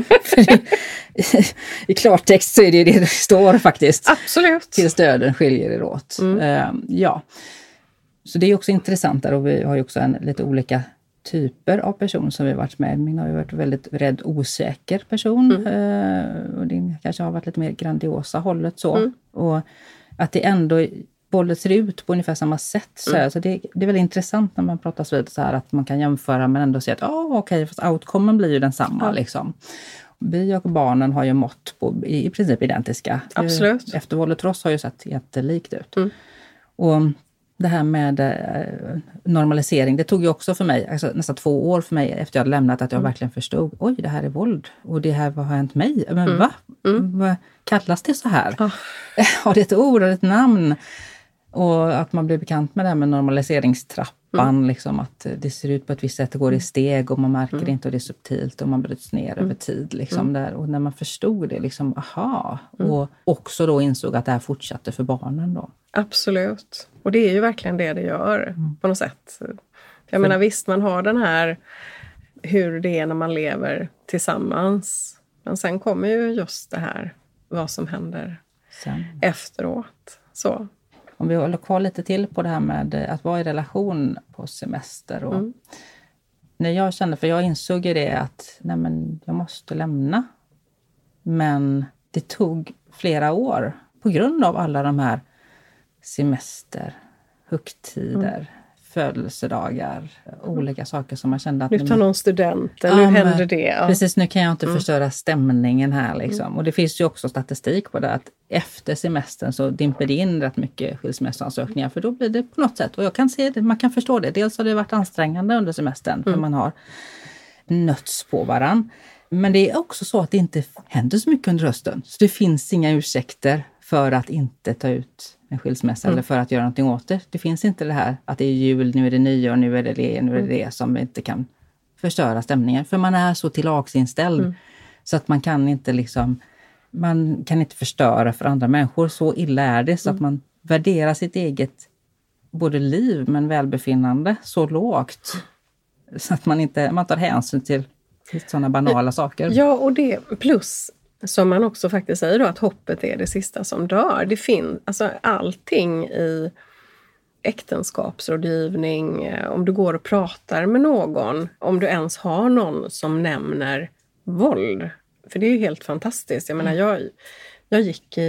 I klartext så är det det står faktiskt. Absolut. Tills döden skiljer er åt. Ja. Så det är också intressant där och vi har ju också lite olika typer av person som vi varit med. Min har ju varit väldigt rädd, osäker person. Och din kanske har varit lite mer grandiosa hållet så. Och att det ändå, bollet ser ut på ungefär samma sätt. Så det är väldigt intressant när man pratar så här att man kan jämföra men ändå se att okej, fast outcomen blir ju densamma liksom. Vi och barnen har ju mått på i princip identiska. Absolut. Eftervåldet för oss har ju sett jättelikt ut. Och det här med normalisering, det tog ju också för mig, alltså nästan 2 år för mig efter jag hade lämnat att jag verkligen förstod, oj det här är våld och det här, vad har hänt mig? Men vad kallas det så här? Har det ett ord och ett namn? Och att man blir bekant med det här med normaliseringstrappan, liksom att det ser ut på ett visst sätt, det går i steg och man märker inte och det är subtilt och man bryts ner över tid liksom där. Och när man förstod det liksom, och också då insåg att det här fortsatte för barnen då. Absolut. Och det är ju verkligen det gör på något sätt. Jag menar visst, man har den här hur det är när man lever tillsammans. Men sen kommer ju just det här vad som händer Sen. efteråt. Så. Om vi håller kvar lite till på det här med att vara i relation på semester. Och när jag kände, för jag insåg ju det att nej men, jag måste lämna. Men det tog flera år på grund av alla de här semester, högtider, födelsedagar, olika saker som man kände att... Nu tar någon studenten, nu händer det. Ja. Precis, nu kan jag inte förstöra stämningen här liksom. Och det finns ju också statistik på det att efter semestern så dimper det in rätt mycket skilsmässoansökningar, för då blir det på något sätt, och jag kan se det, man kan förstå det. Dels har det varit ansträngande under semestern för man har nötts på varann. Men det är också så att det inte händer så mycket under hösten. Så det finns inga ursäkter för att inte ta ut en skilsmässa eller för att göra någonting åt det. Det finns inte det här att det är jul, nu är det nyår, nu är det det, nu är det det som inte kan förstöra stämningen. För man är så tillagsinställd så att man kan inte liksom, man kan inte förstöra för andra människor. Så illa är det så att man värderar sitt eget både liv men välbefinnande så lågt så att man tar hänsyn till sådana banala saker. Ja, och det plus som man också faktiskt säger då, att hoppet är det sista som dör. Det finns alltså allting i äktenskapsrådgivning, om du går och pratar med någon, om du ens har någon som nämner våld. För det är ju helt fantastiskt. Jag menar, vi gick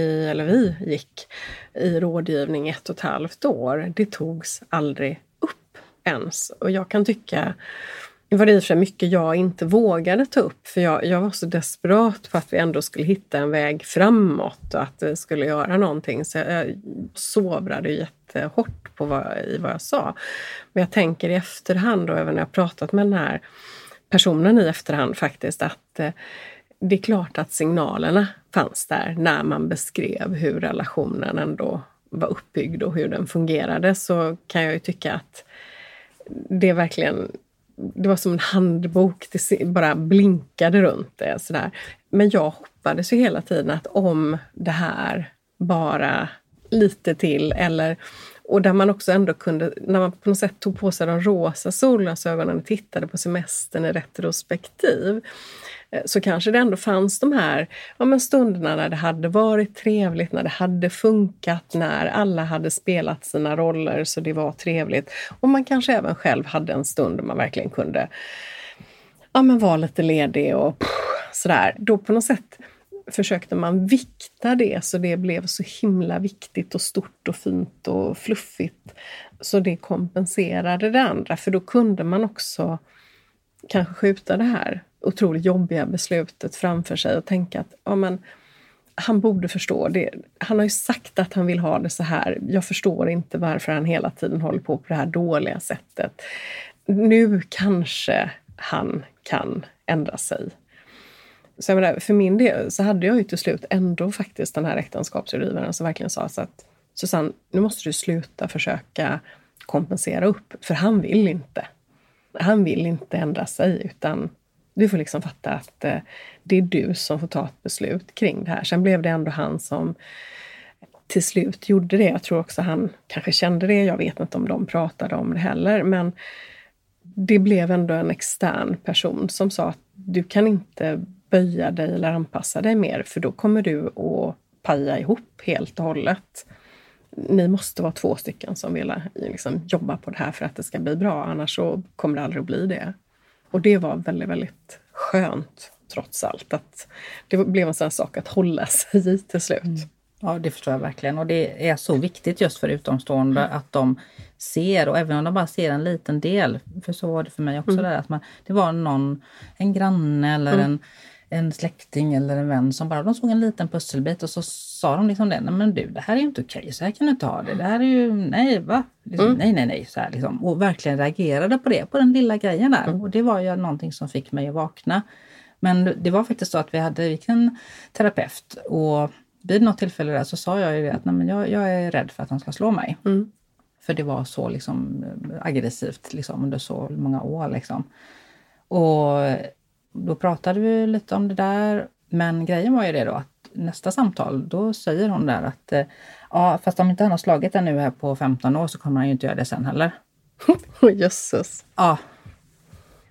i rådgivning 1,5 år. Det togs aldrig upp ens. Och jag kan tycka, det var det i och för sig mycket jag inte vågade ta upp. För jag var så desperat på att vi ändå skulle hitta en väg framåt och att det skulle göra någonting. Så jag sovrade jättehårt på vad jag sa. Men jag tänker i efterhand, och även när jag pratat med den här personen i efterhand faktiskt, att det är klart att signalerna fanns där när man beskrev hur relationen ändå var uppbyggd och hur den fungerade. Så kan jag ju tycka att det verkligen... Det var som en handbok, det bara blinkade runt det. Sådär. Men jag hoppades ju hela tiden att om det här bara lite till, och där man också ändå kunde, när man på något sätt tog på sig de rosa solglasögonen och tittade på semestern i retrospektiv, så kanske det ändå fanns de här stunderna när det hade varit trevligt, när det hade funkat, när alla hade spelat sina roller så det var trevligt. Och man kanske även själv hade en stund där man verkligen kunde vara lite ledig och sådär. Då på något sätt försökte man vikta det så det blev så himla viktigt och stort och fint och fluffigt. Så det kompenserade det andra, för då kunde man också kanske skjuta det här otroligt jobbiga beslutet framför sig och tänka att han borde förstå det. Han har ju sagt att han vill ha det så här. Jag förstår inte varför han hela tiden håller på det här dåliga sättet. Nu kanske han kan ändra sig. Så jag menar, för min del så hade jag ju till slut ändå faktiskt den här äktenskapsrådgivaren som verkligen sa så att Susanne, nu måste du sluta försöka kompensera upp, för han vill inte. Han vill inte ändra sig, utan du får liksom fatta att det är du som får ta ett beslut kring det här. Sen blev det ändå han som till slut gjorde det. Jag tror också han kanske kände det. Jag vet inte om de pratade om det heller. Men det blev ändå en extern person som sa att du kan inte böja dig eller anpassa dig mer. För då kommer du att paja ihop helt och hållet. Ni måste vara 2 stycken som vill liksom jobba på det här för att det ska bli bra. Annars så kommer det aldrig att bli det. Och det var väldigt, väldigt skönt trots allt. Att det blev en sån sak att hålla sig i till slut. Ja, det förstår jag verkligen. Och det är så viktigt just för utomstående att de ser, och även om de bara ser en liten del. För så var det för mig också där. Att det var en granne eller en släkting eller en vän som bara, de såg en liten pusselbit och så sa de liksom det, nej men du, det här är ju inte okej, så här kan du inte ha det, det här är ju, nej va? Liksom, nej, så här liksom. Och verkligen reagerade på det, på den lilla grejen där. Och det var ju någonting som fick mig att vakna. Men det var faktiskt så att vi gick en terapeut, och vid något tillfälle där så sa jag ju det att nej, men jag är rädd för att han ska slå mig. För det var så liksom aggressivt liksom, under så många år liksom. Och då pratade vi lite om det där. Men grejen var ju det då att nästa samtal, då säger hon där att fast om inte han har slagit den nu här på 15 år så kommer han ju inte göra det sen heller. Jösses. Ja.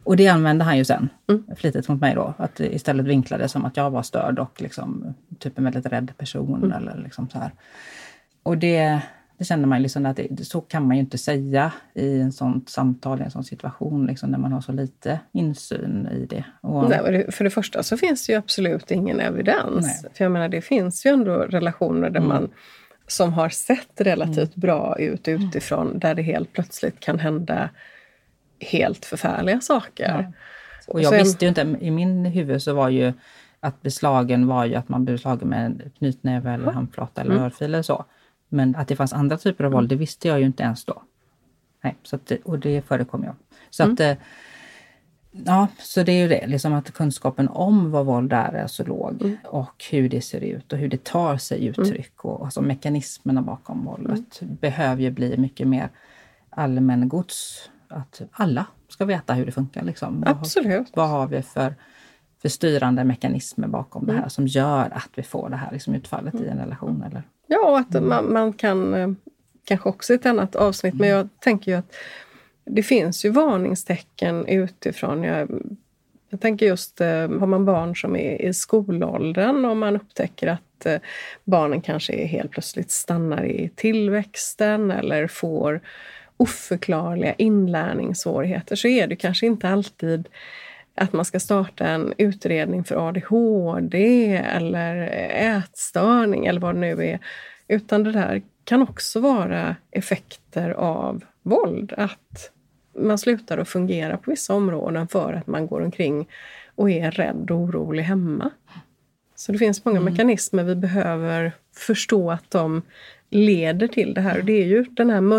Och det använde han ju sen flitigt mot mig då. Att istället vinklade som att jag var störd och liksom typ en väldigt rädd person eller liksom så här. Och det kände man liksom att så kan man ju inte säga i en sån samtal, i en sån situation liksom, när man har så lite insyn i det. Och nej, för det första så finns det ju absolut ingen evidens. Nej. För jag menar, det finns ju ändå relationer där man som har sett relativt bra ut utifrån, där det helt plötsligt kan hända helt förfärliga saker. Ja. Och jag visste ju inte, i min huvud så var ju att beslagen var ju att man blev slagen med en knytnäve eller handflata eller örfil eller så. Men att det fanns andra typer av våld, det visste jag ju inte ens då. Nej, så att, och det förekom jag. Så att, ja, så det är ju det, liksom att kunskapen om vad våld är så låg. Och hur det ser ut och hur det tar sig uttryck. Och alltså mekanismerna bakom våldet behöver ju bli mycket mer allmängods. Att alla ska veta hur det funkar. Liksom. Absolut. Vad har vi för styrande mekanismer bakom det här som gör att vi får det här liksom, utfallet i en relation? Eller? Ja, och att man kan kanske också ett annat avsnitt, men jag tänker ju att det finns ju varningstecken utifrån. Jag tänker just, har man barn som är i skolåldern och man upptäcker att barnen kanske helt plötsligt stannar i tillväxten eller får oförklarliga inlärningssvårigheter, så är det kanske inte alltid att man ska starta en utredning för ADHD eller ätstörning eller vad det nu är. Utan det där kan också vara effekter av våld. Att man slutar att fungera på vissa områden för att man går omkring och är rädd och orolig hemma. Så det finns många mekanismer vi behöver förstå att de leder till det här. Och det är ju den här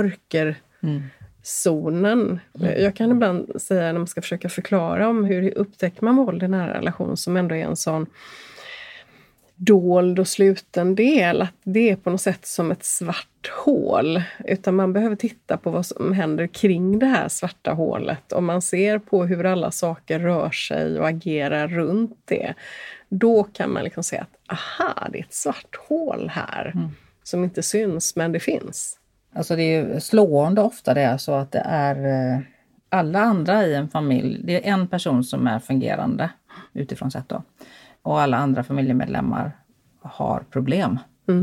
mörkerzonen. Jag kan ibland säga när man ska försöka förklara om hur upptäcker man våld i en nära relation som ändå är en sån dold och sluten del, att det är på något sätt som ett svart hål. Utan man behöver titta på vad som händer kring det här svarta hålet. Om man ser på hur alla saker rör sig och agerar runt det, då kan man liksom säga att aha, det är ett svart hål här som inte syns, men det finns. Alltså det är ju slående ofta det är så att det är alla andra i en familj, det är en person som är fungerande utifrån sett då. Och alla andra familjemedlemmar har problem.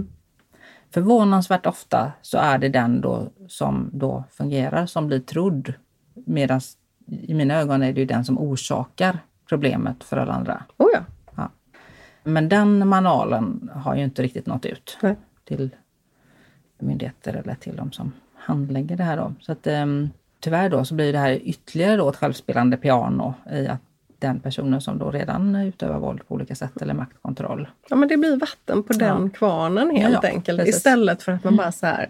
Förvånansvärt ofta så är det den då som då fungerar som blir trodd. Medan i mina ögon är det ju den som orsakar problemet för alla andra. Oh ja. Ja. Men den manualen har ju inte riktigt nått ut till myndigheter eller till de som handlägger det här då. Så att tyvärr då så blir det här ytterligare då ett självspelande piano i att den personen som då redan utövar våld på olika sätt eller maktkontroll. Ja, men det blir vatten på den kvarnen helt enkelt. Precis. Istället för att man bara så här...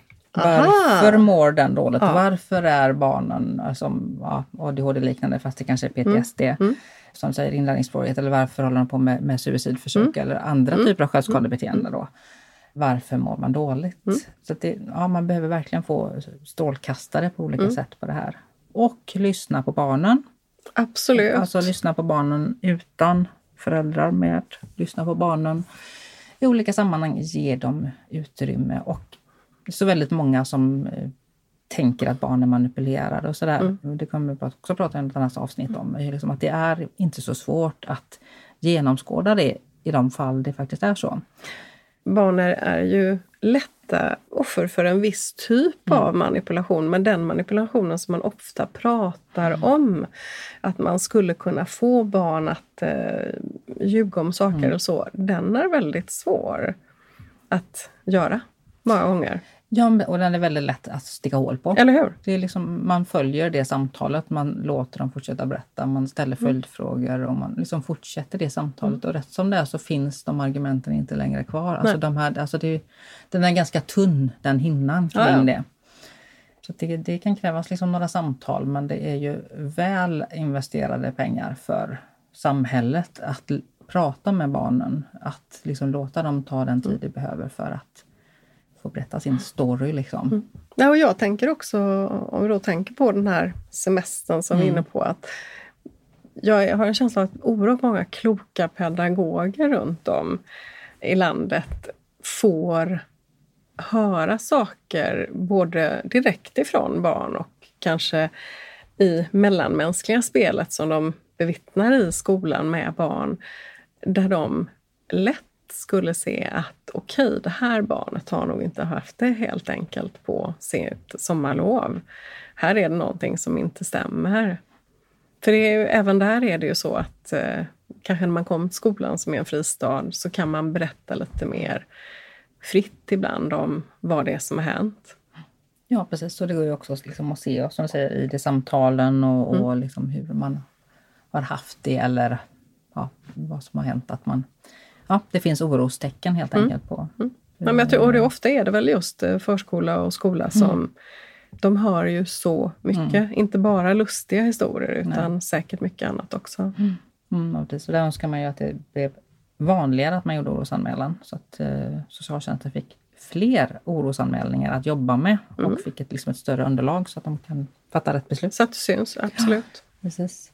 Varför mår den dåligt? Ja. Varför är barnen som ADHD-liknande fast det kanske är PTSD som säger inlärningssvårighet, eller varför håller de på med suicidförsök eller andra typer av självskadebeteende då? Varför mår man dåligt? Så att man behöver verkligen få strålkastare på olika sätt på det här. Och lyssna på barnen. Absolut. Alltså lyssna på barnen utan föräldrar med. Lyssna på barnen i olika sammanhang. Ge dem utrymme. Och så väldigt många som tänker att barn är manipulerade och sådär. Det kommer vi också prata om i ett annat avsnitt om. Liksom att det är inte så svårt att genomskåda det i de fall det faktiskt är så. Barn är ju lätta offer för en viss typ av manipulation. Men den manipulationen som man ofta pratar om. Att man skulle kunna få barn att ljuga om saker och så. Den är väldigt svår att göra många gånger. Ja, och den är väldigt lätt att sticka hål på. Eller hur? Det är liksom, man följer det samtalet, man låter dem fortsätta berätta, man ställer följdfrågor och man liksom fortsätter det samtalet. Och rätt som det är så finns de argumenten inte längre kvar. Alltså den är ganska tunn, den hinnan kring det. Så det kan krävas liksom några samtal, men det är ju väl investerade pengar för samhället att prata med barnen. Att liksom låta dem ta den tid de behöver för att få berätta sin story liksom. Ja, och jag tänker också, om vi då tänker på den här semestern som vi är inne på, att jag har en känsla av att oerhört många kloka pedagoger runt om i landet får höra saker både direkt ifrån barn och kanske i mellanmänskliga spelet som de bevittnar i skolan med barn, där de lätt skulle se att okej, det här barnet har nog inte haft det helt enkelt på sitt sommarlov. Här är det någonting som inte stämmer. För det är ju, även där är det ju så att kanske när man kommer till skolan som är en fristad så kan man berätta lite mer fritt ibland om vad det är som har hänt. Ja, precis. Så det går ju också liksom att se, som du säger, i de samtalen och liksom hur man har haft det eller vad som har hänt. Att man, det finns orostecken helt enkelt på. Ja, men jag tror, och det ofta är det väl just förskola och skola som de hör ju så mycket. Inte bara lustiga historier utan säkert mycket annat också. Så där önskar man ju att det blev vanligare att man gjorde orosanmälan. Så att socialtjänsten fick fler orosanmälningar att jobba med. Och fick ett större underlag så att de kan fatta rätt beslut. Så att det syns, absolut. Ja, precis.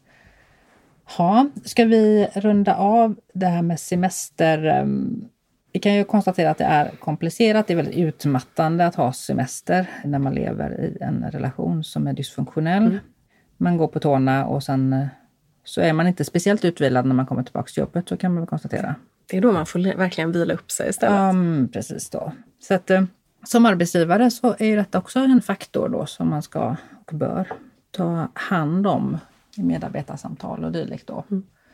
Ska vi runda av det här med semester? Vi kan ju konstatera att det är komplicerat. Det är väldigt utmattande att ha semester när man lever i en relation som är dysfunktionell. Man går på tårna och sen så är man inte speciellt utvilad när man kommer tillbaka till jobbet, så kan man väl konstatera. Det är då man får verkligen vila upp sig istället. Precis då. Så att som arbetsgivare så är ju detta också en faktor då som man ska och bör ta hand om i medarbetarsamtal och dylikt då.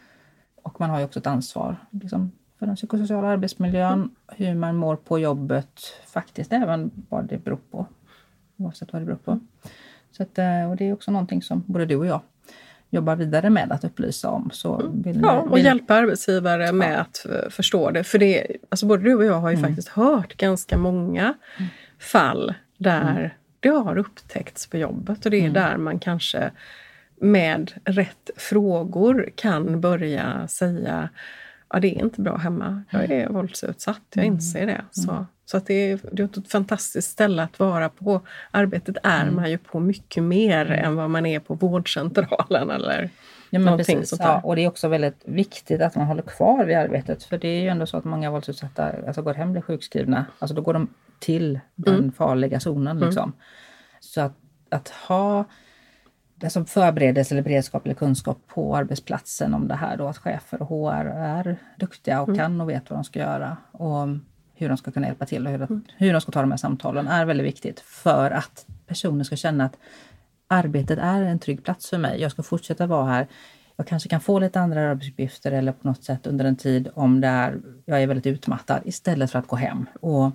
Och man har ju också ett ansvar liksom, för den psykosociala arbetsmiljön, hur man mår på jobbet, faktiskt även vad det beror på. Oavsett vad det beror på. Så att, och det är också någonting som både du och jag jobbar vidare med att upplysa om. Så och hjälpa arbetsgivare med att förstå det. För det, alltså både du och jag har ju faktiskt hört ganska många fall där det har upptäckts på jobbet. Och det är där man kanske med rätt frågor kan börja säga det är inte bra hemma. Jag är våldsutsatt, jag inser det. Så att det är ett fantastiskt ställe att vara på. Arbetet är man ju på mycket mer än vad man är på vårdcentralen eller någonting sånt där. Och det är också väldigt viktigt att man håller kvar vid arbetet. För det är ju ändå så att många våldsutsatta går hem, blir sjukskrivna. Alltså då går de till den farliga zonen liksom. Så att ha som förberedelse eller beredskap eller kunskap på arbetsplatsen om det här då, att chefer och HR är duktiga och kan och vet vad de ska göra och hur de ska kunna hjälpa till och hur de ska ta de här samtalen är väldigt viktigt för att personer ska känna att arbetet är en trygg plats för mig. Jag ska fortsätta vara här. Jag kanske kan få lite andra arbetsuppgifter eller på något sätt under en tid om jag är väldigt utmattad istället för att gå hem. Och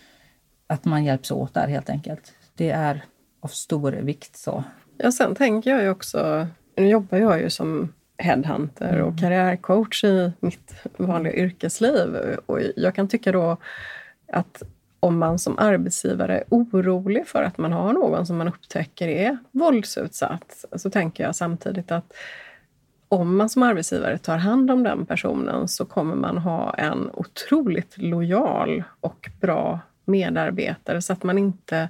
att man hjälps åt där helt enkelt. Det är av stor vikt så. Ja, sen tänker jag ju också, nu jobbar jag ju som headhunter och karriärcoach i mitt vanliga yrkesliv. Och jag kan tycka då att om man som arbetsgivare är orolig för att man har någon som man upptäcker är våldsutsatt, så tänker jag samtidigt att om man som arbetsgivare tar hand om den personen så kommer man ha en otroligt lojal och bra medarbetare så att man inte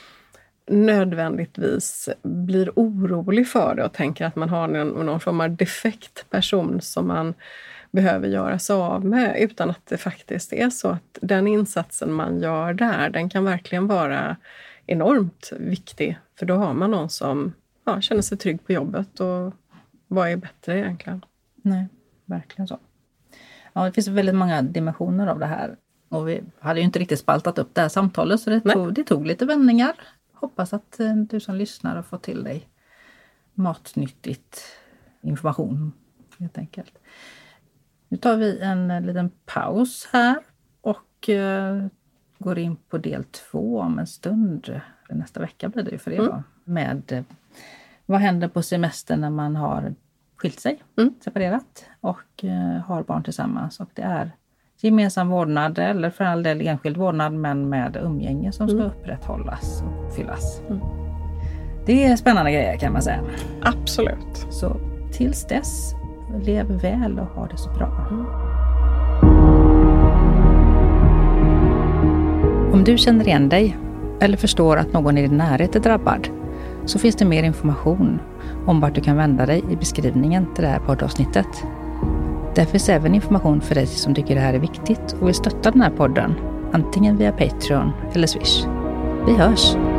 nödvändigtvis blir orolig för det och tänker att man har någon form av defekt person som man behöver göra sig av med, utan att det faktiskt är så att den insatsen man gör där, den kan verkligen vara enormt viktig, för då har man någon som känner sig trygg på jobbet, och vad är bättre egentligen? Nej, verkligen så. Ja, det finns väldigt många dimensioner av det här, och vi hade ju inte riktigt spaltat upp det här samtalet, så det tog lite vändningar. Hoppas att du som lyssnar har fått till dig matnyttigt information helt enkelt. Nu tar vi en liten paus här och går in på del 2 om en stund. Nästa vecka blir det ju för er då. Med vad händer på semester när man har skilt sig, separerat och har barn tillsammans. Och det är gemensam vårdnad eller för all del enskild vårdnad, men med umgänge som ska upprätthållas och fyllas. Det är spännande grejer kan man säga. Absolut. Så tills dess, lev väl och ha det så bra. Om du känner igen dig eller förstår att någon i din närhet är drabbad, så finns det mer information om vart du kan vända dig i beskrivningen till det här poddavsnittet. Där finns även information för dig som tycker det här är viktigt och vill stötta den här podden, antingen via Patreon eller Swish. Vi hörs!